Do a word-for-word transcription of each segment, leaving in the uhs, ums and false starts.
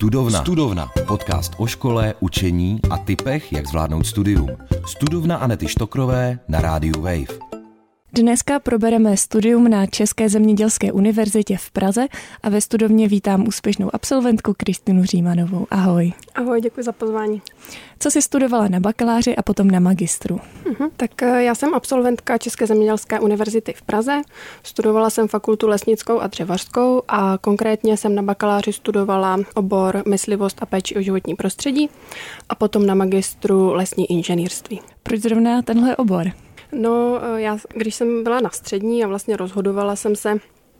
Studovna. Studovna. Podcast o škole, učení a tipech, jak zvládnout studium. Studovna Anety Štokrové na rádiu Wave. Dneska probereme studium na České zemědělské univerzitě v Praze a ve studovně vítám úspěšnou absolventku Kristýnu Římanovou. Ahoj. Ahoj, děkuji za pozvání. Co jsi studovala na bakaláři a potom na magistru? Uh-huh. Tak já jsem absolventka České zemědělské univerzity v Praze. Studovala jsem fakultu lesnickou a dřevařskou a konkrétně jsem na bakaláři studovala obor myslivost a péči o životní prostředí a potom na magistru lesní inženýrství. Proč zrovna tenhle obor? No, já, když jsem byla na střední a vlastně rozhodovala jsem se,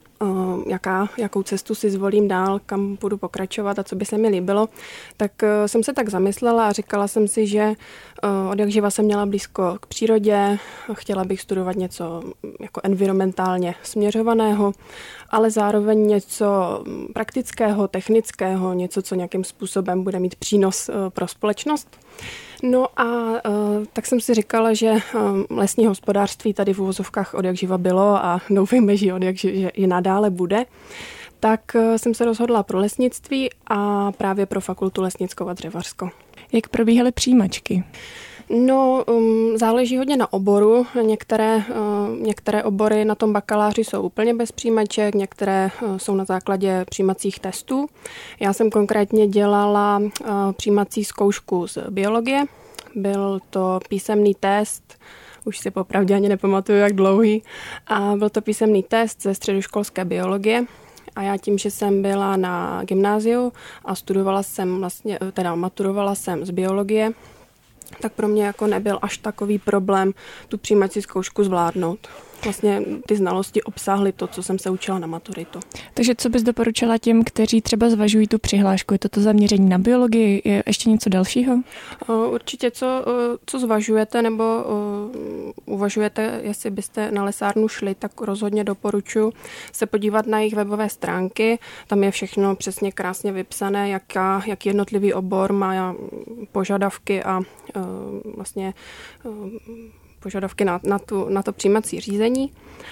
jaká, jakou cestu si zvolím dál, kam budu pokračovat a co by se mi líbilo, tak jsem se tak zamyslela a říkala jsem si, že od jak živa jsem měla blízko k přírodě, chtěla bych studovat něco jako environmentálně směřovaného, ale zároveň něco praktického, technického, něco, co nějakým způsobem bude mít přínos pro společnost. No a uh, tak jsem si říkala, že um, lesní hospodářství tady v uvozovkách od jak živa bylo a doufejme, že od jak že i nadále bude, tak uh, jsem se rozhodla pro lesnictví a právě pro fakultu lesnickou a dřevařskou. Jak probíhaly přijímačky? No, um, záleží hodně na oboru. Některé, uh, některé obory na tom bakaláři jsou úplně bez přijímaček, některé uh, jsou na základě přijímacích testů. Já jsem konkrétně dělala uh, přijímací zkoušku z biologie. Byl to písemný test, už si popravdě ani nepamatuju, jak dlouhý, a byl to písemný test ze středoškolské biologie. A já tím, že jsem byla na gymnáziu a studovala jsem vlastně, teda maturovala jsem z biologie, tak pro mě jako nebyl až takový problém tu přijímací zkoušku zvládnout. Vlastně ty znalosti obsáhly to, co jsem se učila na maturitu. Takže co bys doporučila těm, kteří třeba zvažují tu přihlášku? Je to to zaměření na biologii? Je ještě něco dalšího? Určitě, co, co zvažujete nebo uvažujete, jestli byste na lesárnu šli, tak rozhodně doporučuji se podívat na jejich webové stránky. Tam je všechno přesně krásně vypsané, jaká, jak jednotlivý obor má požadavky a vlastně požadavky na, na, tu, na to přijímací řízení.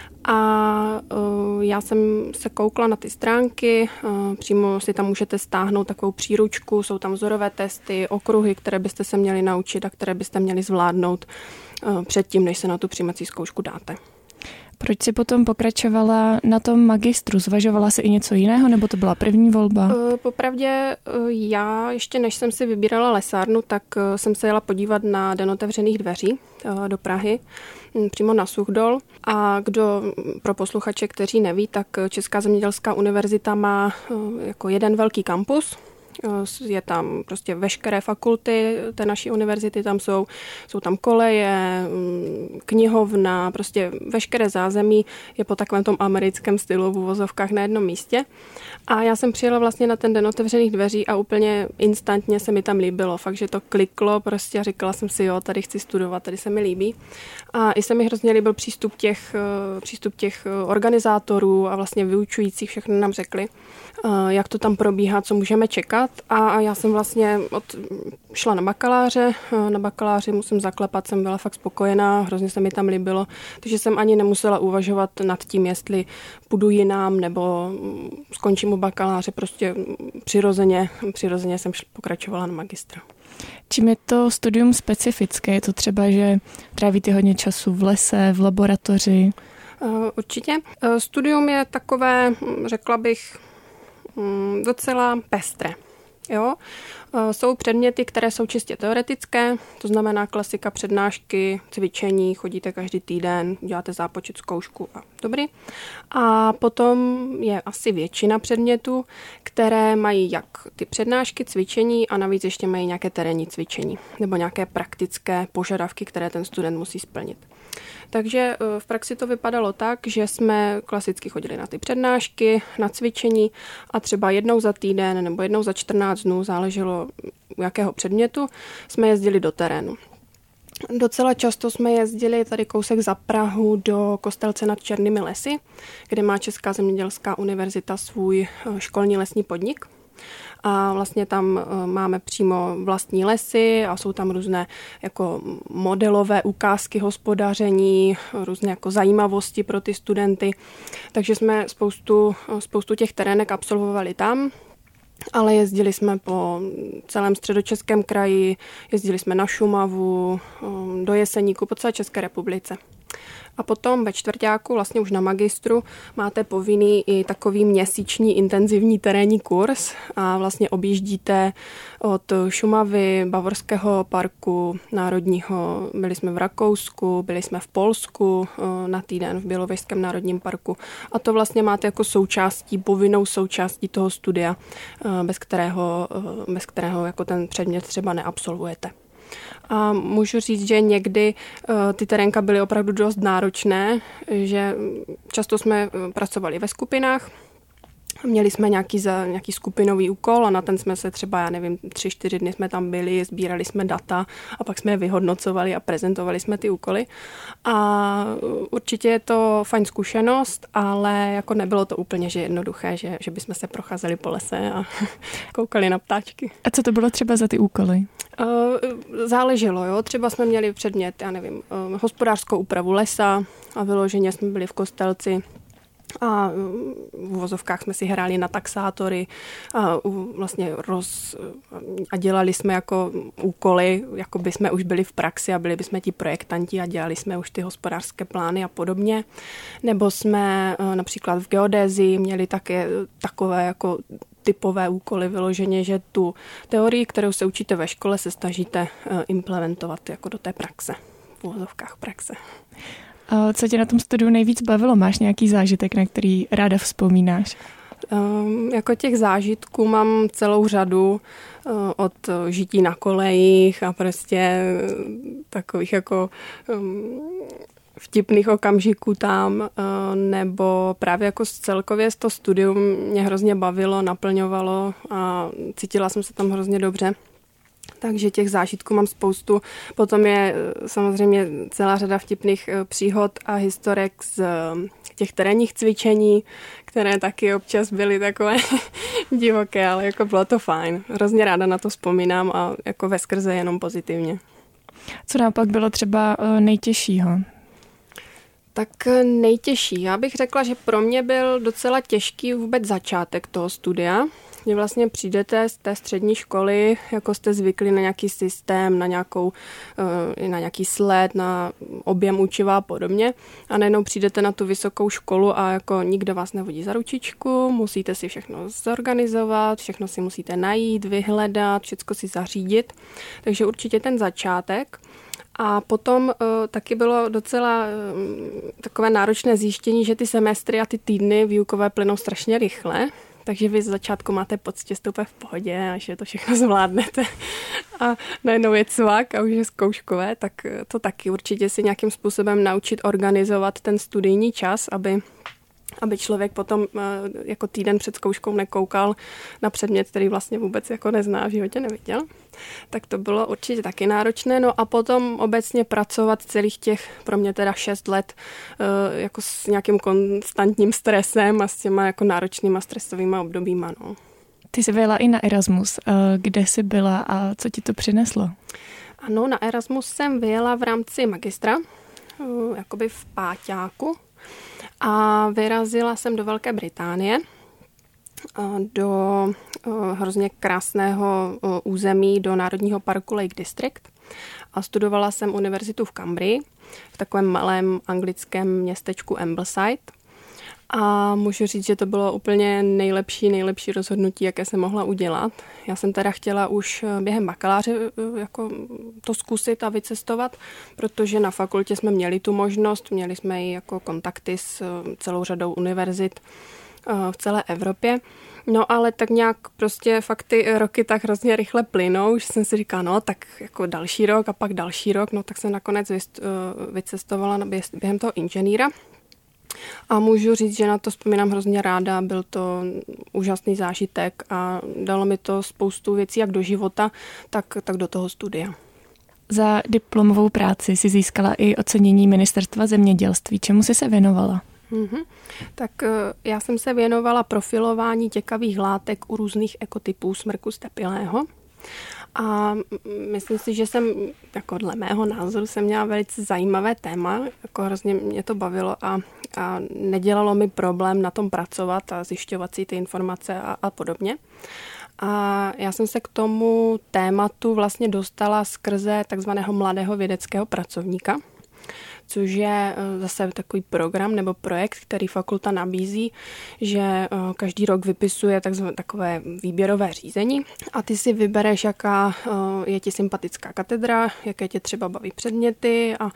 A uh, já jsem se koukla na ty stránky, uh, přímo si tam můžete stáhnout takovou příručku, jsou tam vzorové testy, okruhy, které byste se měli naučit a které byste měli zvládnout uh, předtím, než se na tu přijímací zkoušku dáte. Proč jsi potom pokračovala na tom magistru? Zvažovala jsi i něco jiného, nebo to byla první volba? Popravdě já ještě než jsem si vybírala lesárnu, tak jsem se jela podívat na Den otevřených dveří do Prahy, přímo na Suchdol. A kdo pro posluchače, kteří neví, tak Česká zemědělská univerzita má jako jeden velký kampus. Je tam prostě veškeré fakulty té naší univerzity, tam jsou, jsou tam koleje, knihovna, prostě veškeré zázemí je po takovém tom americkém stylu v uvozovkách na jednom místě. A já jsem přijela vlastně na ten Den otevřených dveří a úplně instantně se mi tam líbilo. Fakt, že to kliklo prostě a říkala jsem si, jo, tady chci studovat, tady se mi líbí. A i se mi hrozně líbil přístup těch, přístup těch organizátorů a vlastně vyučujících, všechno nám řekli, jak to tam probíhá, co můžeme čekat. A já jsem vlastně od, šla na bakaláře, na bakaláři musím zaklepat, jsem byla fakt spokojená, hrozně se mi tam líbilo, takže jsem ani nemusela uvažovat nad tím, jestli půjdu jinam nebo skončím u bakaláře, prostě přirozeně, přirozeně jsem pokračovala na magistra. Čím je to studium specifické? Je to třeba, že trávíte hodně času v lese, v laboratoři? Určitě. Studium je takové, řekla bych, docela pestré. Jo? Jsou předměty, které jsou čistě teoretické, to znamená klasika, přednášky, cvičení, chodíte každý týden, děláte zápočet, zkoušku a dobrý. A potom je asi většina předmětů, které mají jak ty přednášky, cvičení a navíc ještě mají nějaké terénní cvičení nebo nějaké praktické požadavky, které ten student musí splnit. Takže v praxi to vypadalo tak, že jsme klasicky chodili na ty přednášky, na cvičení a třeba jednou za týden nebo jednou za čtrnáct dnů, záleželo u jakého předmětu, jsme jezdili do terénu. Docela často jsme jezdili tady kousek za Prahu do Kostelce nad Černými lesy, kde má Česká zemědělská univerzita svůj školní lesní podnik. A vlastně tam máme přímo vlastní lesy a jsou tam různé jako modelové ukázky hospodaření, různé jako zajímavosti pro ty studenty. Takže jsme spoustu, spoustu těch terének absolvovali tam. ale jezdili jsme po celém středočeském kraji, jezdili jsme na Šumavu, do Jeseníku, po celé České republice. A potom ve čtvrťáku, vlastně už na magistru, máte povinný i takový měsíční intenzivní terénní kurz a vlastně objíždíte od Šumavy, Bavorského parku národního, byli jsme v Rakousku, byli jsme v Polsku na týden v Bělovežském národním parku a to vlastně máte jako součástí, povinnou součástí toho studia, bez kterého, bez kterého jako ten předmět třeba neabsolvujete. A můžu říct, že někdy uh, ty terénka byly opravdu dost náročné, že často jsme pracovali ve skupinách, měli jsme nějaký, za, nějaký skupinový úkol a na ten jsme se třeba, já nevím, tři, čtyři dny jsme tam byli, sbírali jsme data a pak jsme je vyhodnocovali a prezentovali jsme ty úkoly. A určitě je to fajn zkušenost, ale jako nebylo to úplně že jednoduché, že, že bychom se procházeli po lese a koukali na ptáčky. A co to bylo třeba za ty úkoly? Záleželo, jo. Třeba jsme měli předmět, já nevím, hospodářskou úpravu lesa a vyloženě jsme byli v Kostelci a v uvozovkách jsme si hráli na taxátory a vlastně roz, a dělali jsme jako úkoly, jako by jsme už byli v praxi a byli bychom ti projektanti a dělali jsme už ty hospodářské plány a podobně. Nebo jsme například v geodézii měli také takové jako typové úkoly vyloženě, že tu teorii, kterou se učíte ve škole, se snažíte implementovat jako do té praxe, v uvozovkách praxe. Co tě na tom studiu nejvíc bavilo? Máš nějaký zážitek, na který ráda vzpomínáš? Um, jako těch zážitků mám celou řadu uh, od žití na kolejích a prostě takových jako um, vtipných okamžiků tam, uh, nebo právě jako celkově to studium mě hrozně bavilo, naplňovalo a cítila jsem se tam hrozně dobře. Takže těch zážitků mám spoustu. Potom je samozřejmě celá řada vtipných příhod a historek z těch terénních cvičení, které taky občas byly takové divoké, ale jako bylo to fajn. Hrozně ráda na to vzpomínám a jako veskrze jenom pozitivně. Co naopak bylo třeba nejtěžšího? Tak nejtěžší. Já bych řekla, že pro mě byl docela těžký vůbec začátek toho studia. Kdy vlastně přijdete z té střední školy, jako jste zvykli na nějaký systém, na, nějakou, na nějaký sled, na objem učiva a podobně. A najednou přijdete na tu vysokou školu a jako nikdo vás nevodí za ručičku, musíte si všechno zorganizovat, všechno si musíte najít, vyhledat, všechno si zařídit. Takže určitě ten začátek. A potom uh, taky bylo docela uh, takové náročné zjištění, že ty semestry a ty týdny výukové plynou strašně rychle. Takže vy z začátku máte pocit, že jste úplně v pohodě a že to všechno zvládnete. A najednou je cvak a už je zkouškové, tak to taky určitě si nějakým způsobem naučit organizovat ten studijní čas, aby, aby člověk potom jako týden před zkouškou nekoukal na předmět, který vlastně vůbec jako nezná, v životě neviděl. Tak to bylo určitě taky náročné. No a potom obecně pracovat celých těch, pro mě teda šest let, jako s nějakým konstantním stresem a s těma jako náročnýma stresovýma obdobíma. No. Ty jsi vyjela i na Erasmus. Kde jsi byla a co ti to přineslo? Ano, na Erasmus jsem vyjela v rámci magistra, jakoby v páťáku. A vyrazila jsem do Velké Británie, do hrozně krásného území, do Národního parku Lake District. A studovala jsem univerzitu v Cambridge, v takovém malém anglickém městečku Ambleside. A můžu říct, že to bylo úplně nejlepší, nejlepší rozhodnutí, jaké jsem mohla udělat. Já jsem teda chtěla už během bakaláře jako to zkusit a vycestovat, protože na fakultě jsme měli tu možnost, měli jsme i jako kontakty s celou řadou univerzit v celé Evropě. No ale tak nějak prostě fakt ty roky tak hrozně rychle plynou, že jsem si říkala, no tak jako další rok a pak další rok, no tak jsem nakonec vycestovala během toho inženýra. A můžu říct, že na to vzpomínám hrozně ráda, byl to úžasný zážitek a dalo mi to spoustu věcí jak do života, tak, tak do toho studia. Za diplomovou práci si získala i ocenění Ministerstva zemědělství. Čemu jsi se věnovala? Mm-hmm. Tak já jsem se věnovala profilování těkavých látek u různých ekotypů smrku stepilého. A myslím si, že jsem, jako dle mého názoru, jsem měla velice zajímavé téma, jako hrozně mě to bavilo a, a nedělalo mi problém na tom pracovat a zjišťovat si ty informace a, a podobně. A já jsem se k tomu tématu vlastně dostala skrze takzvaného mladého vědeckého pracovníka, což je zase takový program nebo projekt, který fakulta nabízí, že každý rok vypisuje takové výběrové řízení a ty si vybereš, jaká je ti sympatická katedra, jaké tě třeba baví předměty a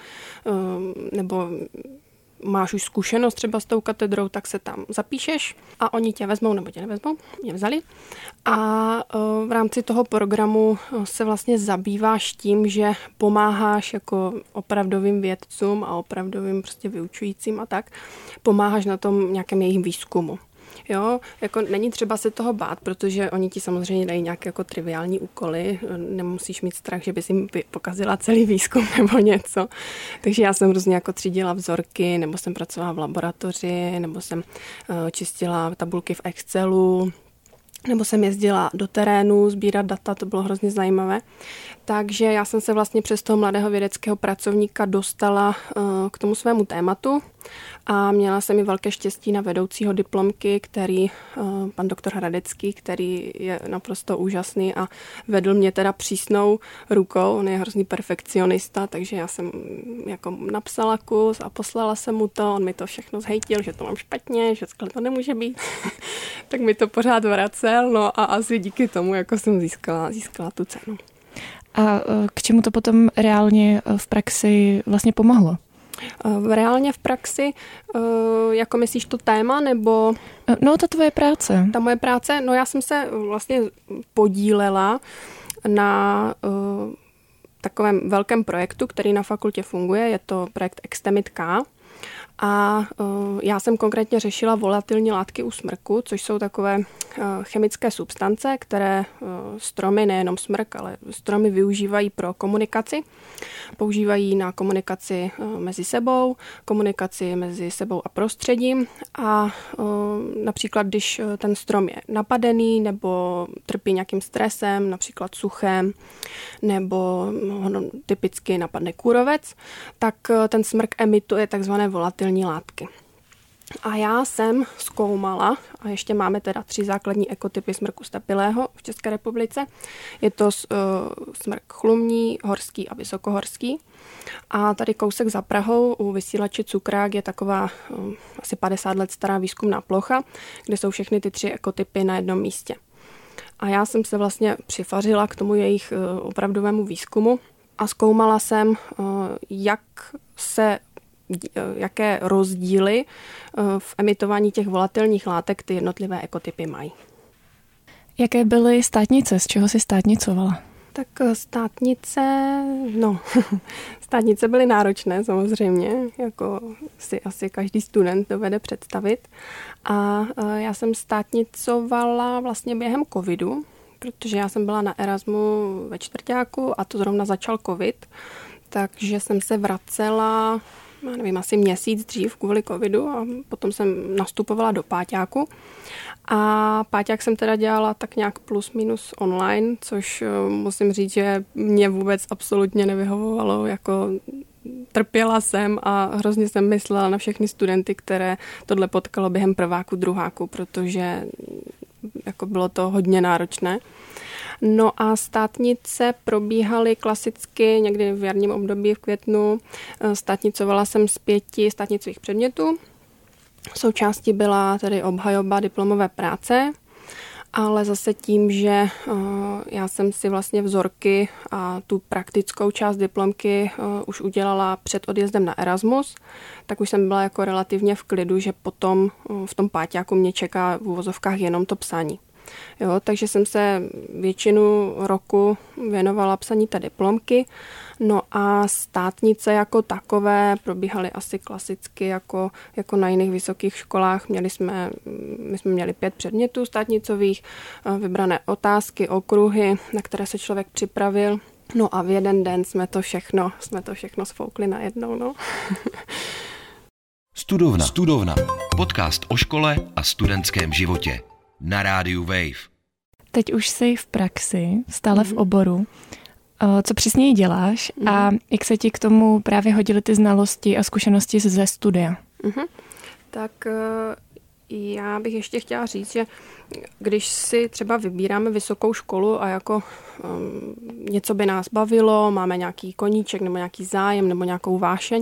nebo máš už zkušenost třeba s tou katedrou, tak se tam zapíšeš a oni tě vezmou nebo tě nevezmou, mě vzali. A v rámci toho programu se vlastně zabýváš tím, že pomáháš jako opravdovým vědcům a opravdovým prostě vyučujícím a tak, pomáháš na tom nějakém jejich výzkumu. Jo, jako není třeba se toho bát, protože oni ti samozřejmě dají nějaké jako triviální úkoly, nemusíš mít strach, že bys jim pokazila celý výzkum nebo něco. Takže já jsem různě jako třídila vzorky, nebo jsem pracovala v laboratoři, nebo jsem čistila tabulky v Excelu, nebo jsem jezdila do terénu sbírat data, to bylo hrozně zajímavé. Takže já jsem se vlastně přes toho mladého vědeckého pracovníka dostala k tomu svému tématu a měla jsem i velké štěstí na vedoucího diplomky, který, pan doktor Hradecký, který je naprosto úžasný a vedl mě teda přísnou rukou, on je hrozný perfekcionista, takže já jsem jako napsala kus a poslala jsem mu to, on mi to všechno zhejtil, že to mám špatně, že to nemůže být, tak mi to pořád vracel, no a asi díky tomu jako jsem získala, získala tu cenu. A k čemu to potom reálně v praxi vlastně pomohlo? Reálně v praxi, jako myslíš to téma, nebo... No, ta tvoje práce. Ta moje práce, no já jsem se vlastně podílela na takovém velkém projektu, který na fakultě funguje, je to projekt Extemit K. A uh, já jsem konkrétně řešila volatilní látky u smrku, což jsou takové uh, chemické substance, které uh, stromy, nejenom smrk, ale stromy využívají pro komunikaci. Používají na komunikaci uh, mezi sebou, komunikaci mezi sebou a prostředím a uh, například, když ten strom je napadený nebo trpí nějakým stresem, například suchem, nebo no, typicky napadne kůrovec, tak uh, ten smrk emituje takzvané volatilní látky. A já jsem zkoumala, a ještě máme teda tři základní ekotypy smrku stapilého v České republice. Je to uh, smrk chlumní, horský a vysokohorský. A tady kousek za Prahou u vysílače Cukrák je taková uh, asi padesát let stará výzkumná plocha, kde jsou všechny ty tři ekotypy na jednom místě. A já jsem se vlastně přifařila k tomu jejich uh, opravdovému výzkumu a zkoumala jsem, uh, jak se jaké rozdíly v emitování těch volatilních látek ty jednotlivé ekotypy mají. Jaké byly státnice? Z čeho jsi státnicovala? Tak státnice, no, státnice byly náročné samozřejmě, jako si asi každý student dovede představit. A já jsem státnicovala vlastně během covidu, protože já jsem byla na Erasmu ve čtvrťáku a to zrovna začal covid, takže jsem se vracela já nevím, asi měsíc dřív kvůli covidu a potom jsem nastupovala do páťáku. A páťák jsem teda dělala tak nějak plus minus online, což musím říct, že mě vůbec absolutně nevyhovovalo, jako trpěla jsem a hrozně jsem myslela na všechny studenty, které tohle potkalo během prváku, druháku, protože jako bylo to hodně náročné. No a státnice probíhaly klasicky někdy v jarním období v květnu. Státnicovala jsem z pěti státnicových předmětů. Součástí byla tedy obhajoba diplomové práce, ale zase tím, že já jsem si vlastně vzorky a tu praktickou část diplomky už udělala před odjezdem na Erasmus, tak už jsem byla jako relativně v klidu, že potom v tom páťáku mě čeká v uvozovkách jenom to psaní. Jo, takže jsem se většinu roku věnovala psaní té diplomky, no a státnice jako takové probíhaly asi klasicky jako, jako na jiných vysokých školách. Měli jsme, my jsme měli pět předmětů státnicových, vybrané otázky, okruhy, na které se člověk připravil. No a v jeden den jsme to všechno, jsme to všechno sfoukli najednou. No. Studovna. Studovna. Podcast o škole a studentském životě. Na rádiu Wave. Teď už jsi v praxi, stále mm-hmm. v oboru. Co přesně děláš mm-hmm. a jak se ti k tomu právě hodily ty znalosti a zkušenosti ze studia? Mm-hmm. Tak Já bych ještě chtěla říct, že když si třeba vybíráme vysokou školu a jako um, něco by nás bavilo, máme nějaký koníček nebo nějaký zájem nebo nějakou vášeň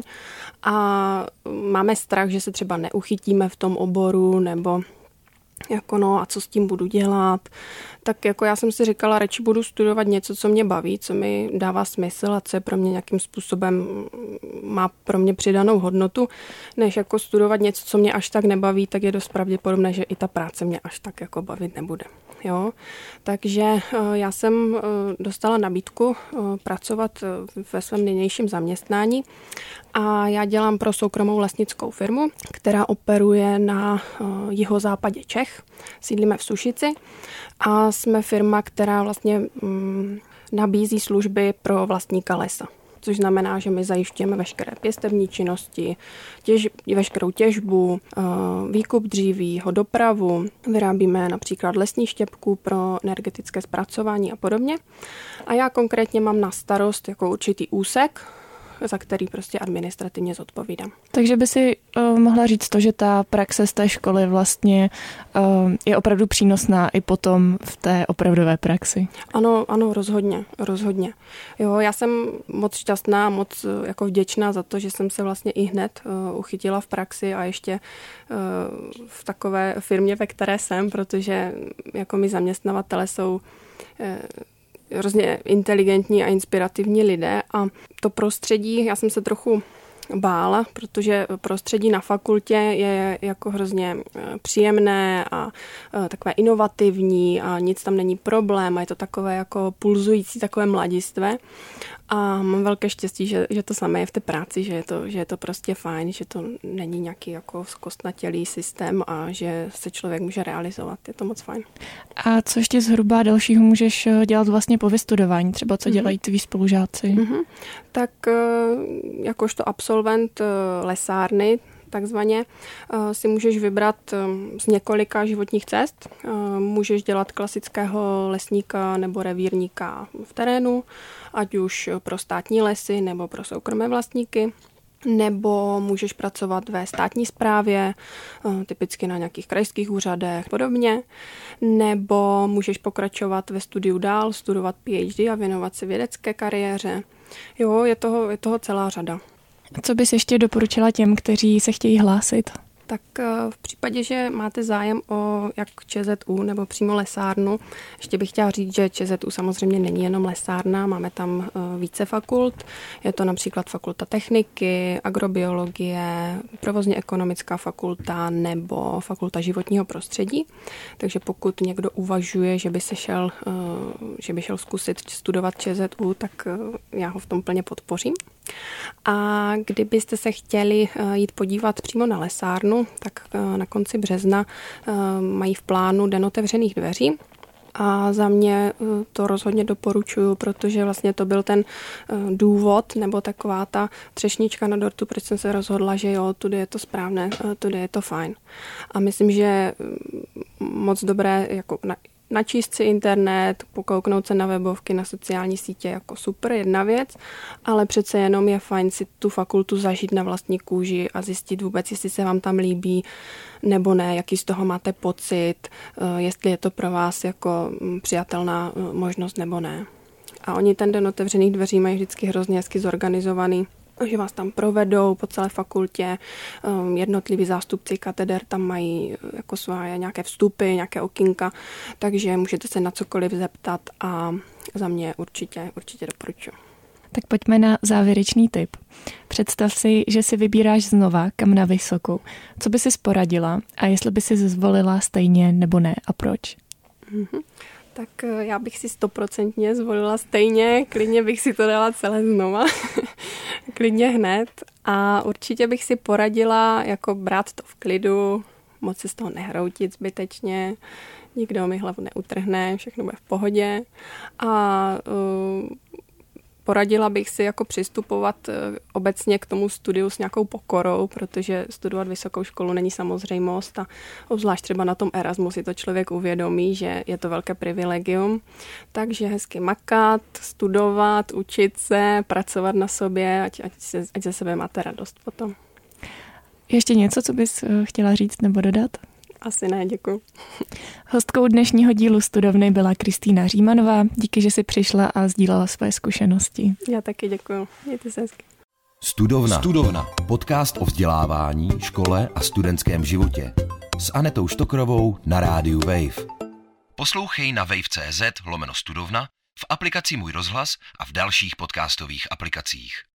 a máme strach, že se třeba neuchytíme v tom oboru nebo jako no a co s tím budu dělat, tak jako já jsem si říkala, radši budu studovat něco, co mě baví, co mi dává smysl a co je pro mě nějakým způsobem má pro mě přidanou hodnotu, než jako studovat něco, co mě až tak nebaví, tak je dost pravděpodobné, že i ta práce mě až tak jako bavit nebude. Jo? Takže já jsem dostala nabídku pracovat ve svém nynějším zaměstnání a já dělám pro soukromou lesnickou firmu, která operuje na jihozápadě Čech. Sídlíme v Sušici a jsme firma, která vlastně mm, nabízí služby pro vlastníka lesa. Což znamená, že my zajišťujeme veškeré pěstební činnosti, těž, veškerou těžbu, výkup dříví, jeho dopravu, vyrábíme například lesní štěpku pro energetické zpracování a podobně. A já konkrétně mám na starost jako určitý úsek, za který prostě administrativně zodpovídám. Takže by si uh, mohla říct to, že ta praxe z té školy vlastně uh, je opravdu přínosná i potom v té opravdové praxi. Ano, ano, rozhodně, rozhodně. Jo, já jsem moc šťastná, moc uh, jako vděčná za to, že jsem se vlastně i hned uh, uchytila v praxi a ještě uh, v takové firmě, ve které jsem, protože jako my zaměstnavatele jsou uh, hrozně inteligentní a inspirativní lidé a to prostředí, já jsem se trochu bála, protože prostředí na fakultě je jako hrozně příjemné a takové inovativní a nic tam není problém a je to takové jako pulzující, takové mladistvé a mám velké štěstí, že, že to samé je v té práci, že je to, že je to prostě fajn, že to není nějaký jako zkostnatělý systém a že se člověk může realizovat, je to moc fajn. A co ještě zhruba dalšího můžeš dělat vlastně po vystudování, třeba co dělají tví spolužáci? Mm-hmm. Tak jakožto absolvent lesárny, takzvaně, si můžeš vybrat z několika životních cest. Můžeš dělat klasického lesníka nebo revírníka v terénu, ať už pro státní lesy nebo pro soukromé vlastníky. Nebo můžeš pracovat ve státní správě, typicky na nějakých krajských úřadech podobně. Nebo můžeš pokračovat ve studiu dál, studovat PhD a věnovat se vědecké kariéře. Jo, je toho, je toho celá řada. Co bys ještě doporučila těm, kteří se chtějí hlásit? Tak v případě, že máte zájem o jak ČZÚ nebo přímo lesárnu, ještě bych chtěla říct, že ČZÚ samozřejmě není jenom lesárna, máme tam více fakult. Je to například fakulta techniky, agrobiologie, provozně ekonomická fakulta nebo fakulta životního prostředí. Takže pokud někdo uvažuje, že by se šel, že by šel zkusit studovat ČZÚ, tak já ho v tom plně podpořím. A kdybyste se chtěli jít podívat přímo na lesárnu, tak na konci března mají v plánu Den otevřených dveří. A za mě to rozhodně doporučuju, protože vlastně to byl ten důvod nebo taková ta třešnička na dortu, proč jsem se rozhodla, že jo, tudy je to správné, tudy je to fajn. A myslím, že moc dobré jako na načíst si internet, pokouknout se na webovky, na sociální sítě jako super, jedna věc, ale přece jenom je fajn si tu fakultu zažít na vlastní kůži a zjistit vůbec, jestli se vám tam líbí nebo ne, jaký z toho máte pocit, jestli je to pro vás jako přijatelná možnost nebo ne. A oni ten Den otevřených dveří mají vždycky hrozně hezky zorganizovaný, že vás tam provedou po celé fakultě, jednotliví zástupci kateder tam mají jako své nějaké vstupy, nějaké okýnka, takže můžete se na cokoliv zeptat a za mě určitě, určitě doporučuji. Tak pojďme na závěrečný tip. Představ si, že si vybíráš znova, kam na vysokou. Co by si poradila a jestli by si zvolila stejně nebo ne a proč? Mm-hmm. Tak já bych si stoprocentně zvolila stejně, klidně bych si to dala celé znova, klidně hned a určitě bych si poradila jako brát to v klidu, moc se z toho nehroutit zbytečně, nikdo mi hlavu neutrhne, všechno bude v pohodě a uh, poradila bych si jako přistupovat obecně k tomu studiu s nějakou pokorou, protože studovat vysokou školu není samozřejmost a obzvlášť třeba na tom Erasmu si to člověk uvědomí, že je to velké privilegium. Takže hezky makat, studovat, učit se, pracovat na sobě, ať, ať, se, ať ze sebe máte radost potom. Ještě něco, co bys chtěla říct nebo dodat? Asi ne, děkuji. Hostkou dnešního dílu Studovny byla Kristýna Římanová. Díky, že jsi přišla a sdílela svoje zkušenosti. Já taky děkuji. Mějte se hezky. Studovna. Studovna. Podcast o vzdělávání, škole a studentském životě. S Anetou Štokrovou na rádiu Wave. Poslouchej na wave tečka cz lomeno studovna, v aplikaci Můj rozhlas a v dalších podcastových aplikacích.